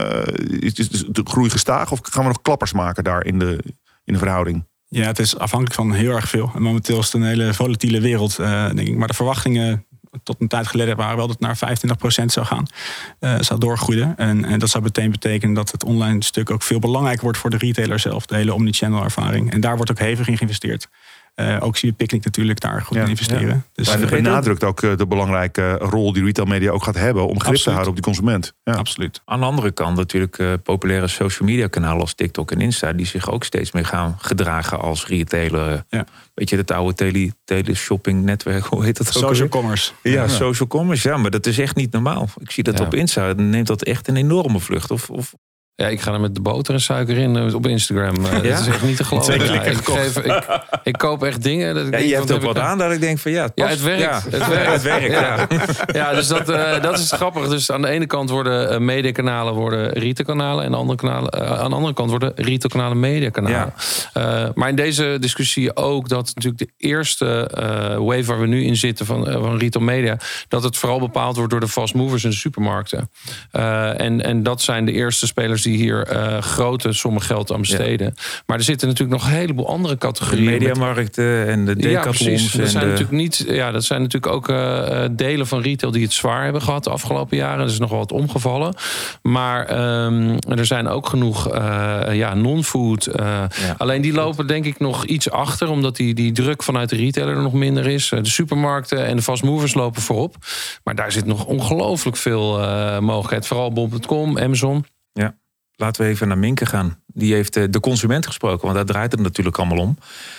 is de groei gestaag? Of gaan we nog klappers maken daar in de, in de verhouding? Ja, het is afhankelijk van heel erg veel. En momenteel is het een hele volatiele wereld, uh, denk ik. Maar de verwachtingen tot een tijd geleden waren wel dat het naar vijfentwintig procent zou gaan. Uh, zou doorgroeien. En, en dat zou meteen betekenen dat het online stuk ook veel belangrijker wordt voor de retailer zelf. De hele omnichannel ervaring. En daar wordt ook hevig in geïnvesteerd. Uh, ook zie je Picnic natuurlijk daar goed ja, in investeren. Ja. Dus maar het benadrukt ook de belangrijke rol die retailmedia ook gaat hebben om grip Absoluut. te houden op die consument. Ja. Absoluut. Aan de andere kant natuurlijk uh, populaire social media kanalen als TikTok en Insta, die zich ook steeds meer gaan gedragen als retailer. Ja. Weet je, het oude tele, teleshopping netwerk, hoe heet dat ook? Social commerce. Ja, ja, social commerce. Ja, maar dat is echt niet normaal. Ik zie dat ja. op Insta, dan neemt dat echt een enorme vlucht. Of, of Ja, ik ga er met de boter en suiker in op Instagram. Ja? Dat is echt niet te geloven. Ja, ik, geef, ik, ik koop echt dingen. Dat ik ja, denk, je hebt ook wat aan dat ik denk van ja, het, ja, het werkt. Ja, het werkt. Het werkt ja. Ja. ja, dus dat, uh, dat is grappig. Dus aan de ene kant worden uh, mediakanalen worden retailkanalen. En aan de andere, kanalen, uh, aan de andere kant worden retailkanalen mediakanalen. Ja. Uh, maar in deze discussie zie je ook dat natuurlijk de eerste uh, wave waar we nu in zitten van, uh, van retail media, dat het vooral bepaald wordt door de fast movers in de supermarkten. Uh, en, en dat zijn de eerste spelers die hier uh, grote sommen geld aan besteden. Ja. Maar er zitten natuurlijk nog een heleboel andere categorieën. De mediamarkten en de decathlons. Ja, precies. Dat zijn, de... natuurlijk niet, ja, dat zijn natuurlijk ook uh, delen van retail die het zwaar hebben gehad de afgelopen jaren. Er is nog wel wat omgevallen. Maar um, er zijn ook genoeg uh, ja, non-food. Uh, ja. Alleen die lopen denk ik nog iets achter, omdat die, die druk vanuit de retailer er nog minder is. De supermarkten en de fast movers lopen voorop. Maar daar zit nog ongelooflijk veel uh, mogelijkheid. Vooral bol punt com, Amazon. Ja. Laten we even naar Minke gaan. Die heeft de consument gesproken, want daar draait het natuurlijk allemaal om.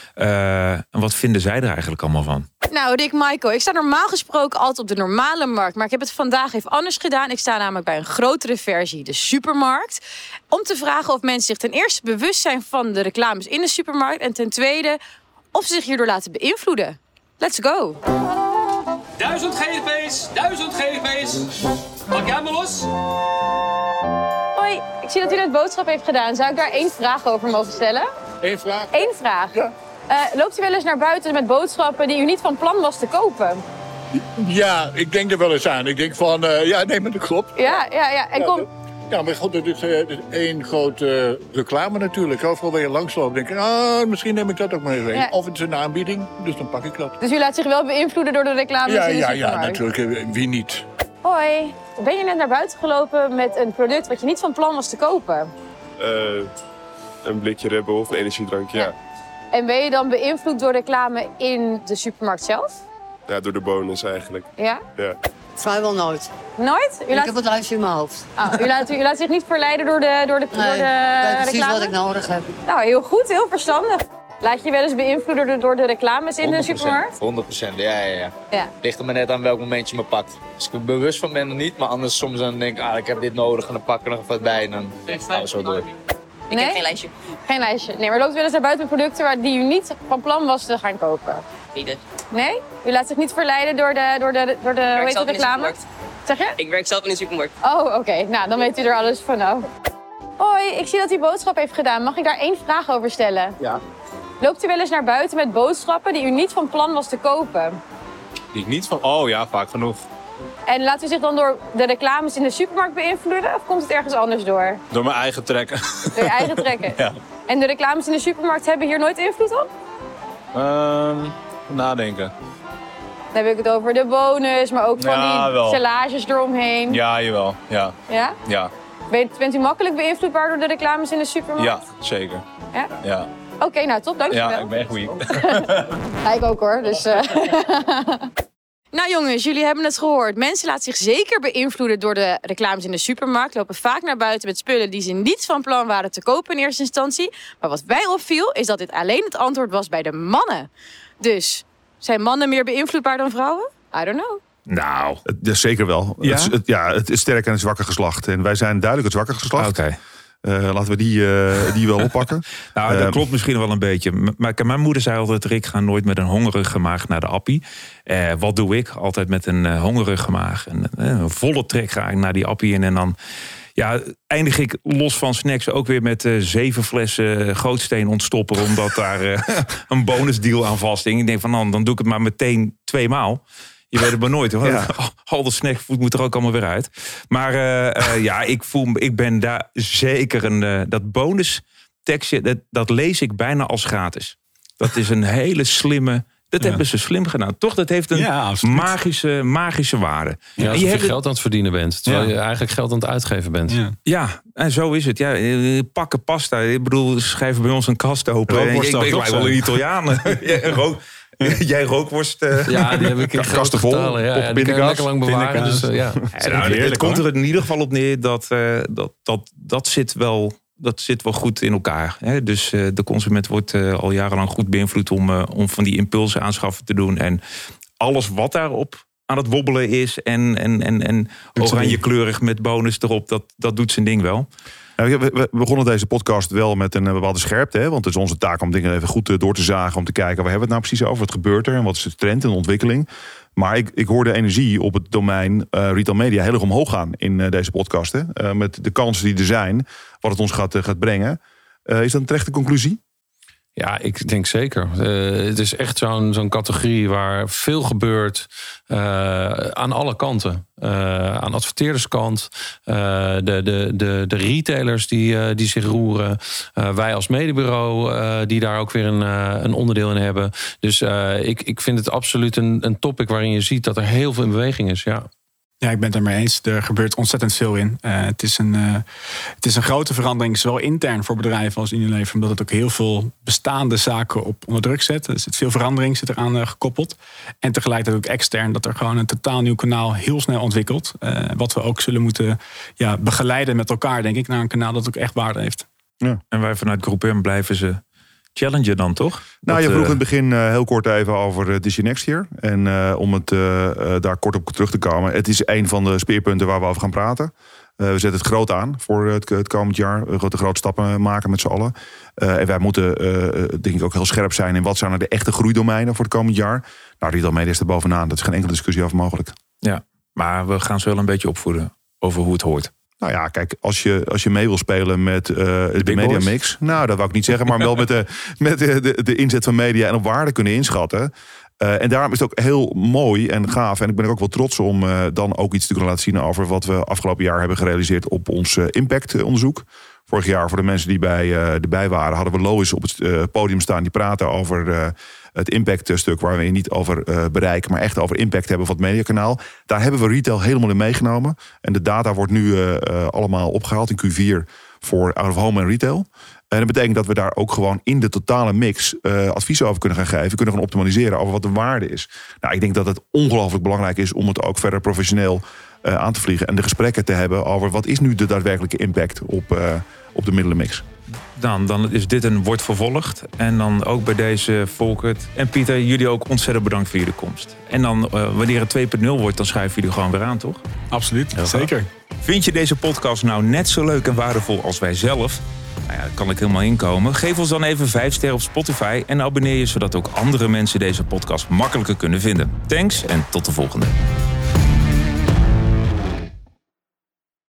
Uh, en wat vinden zij er eigenlijk allemaal van? Nou, Rick, Maiko, ik sta normaal gesproken altijd op de normale markt. Maar ik heb het vandaag even anders gedaan. Ik sta namelijk bij een grotere versie, de supermarkt. Om te vragen of mensen zich ten eerste bewust zijn van de reclames in de supermarkt. En ten tweede, of ze zich hierdoor laten beïnvloeden. Let's go! Duizend G G P's, duizend G G P's. Pak jij maar los? Hoi, ik zie dat u net boodschap heeft gedaan. Zou ik daar één vraag over mogen stellen? Eén vraag? Eén vraag. Ja. Uh, loopt u wel eens naar buiten met boodschappen die u niet van plan was te kopen? Ja, ik denk er wel eens aan. Ik denk van, uh, ja, nee, maar dat klopt. Ja, ja, ja. En ja, kom... dat, ja, maar goed, het is uh, één grote uh, reclame natuurlijk. Overal waar je langsloopt, denk ik, ah, misschien neem ik dat ook maar eens een. Ja. Of het is een aanbieding, dus dan pak ik dat. Dus u laat zich wel beïnvloeden door de reclames ja, in de ja, supermarkt? Ja, natuurlijk. Wie niet? Hoi. Ben je net naar buiten gelopen met een product wat je niet van plan was te kopen? Uh, een blikje Red Bull of een energiedrankje, ja. ja. En ben je dan beïnvloed door reclame in de supermarkt zelf? Ja, door de bonus eigenlijk. Ja? Ja. Vrijwel nooit. Nooit? U ik laat... heb het lijstje in mijn hoofd. Oh, u, laat, u laat zich niet verleiden door de, door de, nee, door de nee, precies reclame? wat ik nodig heb. Nou, heel goed, heel verstandig. Laat je wel eens beïnvloeden door, door de reclames in de supermarkt? honderd procent, ja, ja, ja. ja. Ligt er maar net aan welk moment je me pakt. Als ik er bewust van ben, dan niet. Maar anders soms dan denk ik, ah, ik heb dit nodig en dan pak ik er nog wat bij en dan gaan we zo door. Ik nee? heb geen lijstje. Geen lijstje. Nee, maar loopt u wel eens naar buiten met producten waar die u niet van plan was te gaan kopen? Niet. Nee? U laat zich niet verleiden door de, door de, door de hoe heet het, reclame? Zeg je? Ik werk zelf in de supermarkt. Oh, oké. Okay. Nou, dan weet u er alles van. Nou. Hoi, ik zie dat u boodschap heeft gedaan. Mag ik daar één vraag over stellen? Ja. Loopt u wel eens naar buiten met boodschappen die u niet van plan was te kopen? Die ik niet van... Oh ja, vaak genoeg. En laat u zich dan door de reclames in de supermarkt beïnvloeden? Of komt het ergens anders door? Door mijn eigen trekken. Door je eigen trekken? Ja. En de reclames in de supermarkt hebben hier nooit invloed op? Um, nadenken. Dan heb ik het over de bonus, maar ook van Ja, die wel. stellages eromheen. Ja, jawel. Ja. Ja? Ja. Bent, bent u makkelijk beïnvloedbaar door de reclames in de supermarkt? Ja, zeker. Ja? Ja. Oké, okay, nou top, dankjewel. Ja, ik ben echt weak. Ja, ik ook hoor, dus... Uh... Nou jongens, jullie hebben het gehoord. Mensen laten zich zeker beïnvloeden door de reclames in de supermarkt. Lopen vaak naar buiten met spullen die ze niet van plan waren te kopen in eerste instantie. Maar wat mij opviel, is dat dit alleen het antwoord was bij de mannen. Dus, zijn mannen meer beïnvloedbaar dan vrouwen? I don't know. Nou, het, ja, zeker wel. Ja? Het, het, ja, het is sterk en het zwakke geslacht. En wij zijn duidelijk het zwakke geslacht. Oké. Okay. Uh, laten we die, uh, die wel oppakken. Nou, dat uh, klopt misschien wel een beetje. Maar mijn moeder zei altijd, Rick, ga nooit met een hongerige maag naar de appie. Uh, wat doe ik? Altijd met een uh, hongerige maag. En, uh, een volle trek ga ik naar die appie in. En dan ja, eindig ik los van snacks ook weer met uh, zeven flessen gootsteen ontstopper. Omdat daar uh, een bonusdeal aan vasthing. Ik denk van, nou, dan doe ik het maar meteen twee maal. Je weet het maar nooit hoor. Ja. Al de snackfood moet er ook allemaal weer uit. Maar uh, uh, ja, ik voel me, ik ben daar zeker een... Uh, dat bonus tekstje, dat, dat lees ik bijna als gratis. Dat is een hele slimme... Dat ja. hebben ze slim gedaan. Toch, dat heeft een ja, magische, magische waarde. Ja, alsof je, je geld aan het verdienen bent. Terwijl ja. je eigenlijk geld aan het uitgeven bent. Ja, ja en zo is het. Ja, pakken pasta. Ik bedoel, schrijven bij ons een kast open. Ik, ik, ik lijk wel een Italiaan. Rook. Jij rookworst. Uh, ja, die heb ik in grote getalen. Ja, ja, die kan je lekker lang bewaren. Dus, uh, ja. Ja, nou, heerlijk, het komt er in ieder geval op neer dat uh, dat, dat, dat zit wel... Dat zit wel goed in elkaar. Hè? Dus uh, de consument wordt uh, al jarenlang goed beïnvloed om, uh, om van die impulsen aanschaffen te doen. En alles wat daarop aan het wobbelen is en, en, en, en oranjekleurig met bonus erop, dat, dat doet zijn ding wel. Ja, we begonnen deze podcast wel met een bepaalde scherpte. Hè? Want het is onze taak om dingen even goed door te zagen. Om te kijken, waar hebben we het nou precies over? Wat gebeurt er? En wat is de trend en de ontwikkeling? Maar ik, ik hoor de energie op het domein uh, retail media heel erg omhoog gaan in uh, deze podcast. Hè? Uh, met de kansen die er zijn, wat het ons gaat, uh, gaat brengen. Uh, is dat een terechte conclusie? Ja, ik denk zeker. Uh, het is echt zo'n zo'n categorie waar veel gebeurt uh, aan alle kanten. Uh, aan adverteerderskant, uh, de, de, de, de retailers die, uh, die zich roeren. Uh, wij als mediabureau uh, die daar ook weer een, uh, een onderdeel in hebben. Dus uh, ik, ik vind het absoluut een, een topic waarin je ziet dat er heel veel in beweging is. Ja. Ja, ik ben het ermee eens. Er gebeurt ontzettend veel in. Uh, het, is een, uh, het is een grote verandering, zowel intern voor bedrijven als Unilever, omdat het ook heel veel bestaande zaken op onder druk zet. Er zit veel verandering zit eraan uh, gekoppeld. En tegelijkertijd ook extern, dat er gewoon een totaal nieuw kanaal heel snel ontwikkelt. Uh, wat we ook zullen moeten ja, begeleiden met elkaar, denk ik, naar een kanaal dat ook echt waarde heeft. Ja. En wij vanuit Groep M blijven ze challenger dan, toch? Nou, dat, je vroeg in het begin uh, heel kort even over uh, This Year Next Year. En uh, om het uh, uh, daar kort op terug te komen. Het is een van de speerpunten waar we over gaan praten. Uh, we zetten het groot aan voor het, het komend jaar. We gaan de grote stappen maken met z'n allen. Uh, en wij moeten, uh, denk ik, ook heel scherp zijn in wat zijn nou de echte groeidomeinen voor het komend jaar. Nou, retail media is er bovenaan. Dat is geen enkele discussie over mogelijk. Ja, maar we gaan ze wel een beetje opvoeden over hoe het hoort. Nou ja, kijk, als je, als je mee wil spelen met uh, de, de media mix. Nou, dat wou ik niet zeggen, maar wel met, de, met de, de, de inzet van media en op waarde kunnen inschatten. Uh, en daarom is het ook heel mooi en gaaf. En ik ben er ook wel trots om uh, dan ook iets te kunnen laten zien over wat we afgelopen jaar hebben gerealiseerd op ons uh, impactonderzoek. Vorig jaar, voor de mensen die bij, uh, erbij waren, hadden we Lois op het uh, podium staan. Die praten over uh, het impactstuk, waar we niet over uh, bereik, maar echt over impact hebben van het mediakanaal. Daar hebben we retail helemaal in meegenomen. En de data wordt nu uh, uh, allemaal opgehaald in Q vier voor out of home en retail. En dat betekent dat we daar ook gewoon in de totale mix uh, adviezen over kunnen gaan geven. Kunnen gaan optimaliseren over wat de waarde is. Nou, ik denk dat het ongelooflijk belangrijk is om het ook verder professioneel uh, aan te vliegen. En de gesprekken te hebben over wat is nu de daadwerkelijke impact op, uh, op de middelenmix. Dan, dan is dit een wordt vervolgd. En dan ook bij deze Volkert en Pieter, jullie ook ontzettend bedankt voor jullie komst. En dan, uh, wanneer het twee punt nul wordt, dan schuiven jullie gewoon weer aan, toch? Absoluut, heel zeker. Gaaf. Vind je deze podcast nou net zo leuk en waardevol als wij zelf? Nou ja, daar kan ik helemaal inkomen. Geef ons dan even vijf sterren op Spotify en abonneer je, zodat ook andere mensen deze podcast makkelijker kunnen vinden. Thanks en tot de volgende.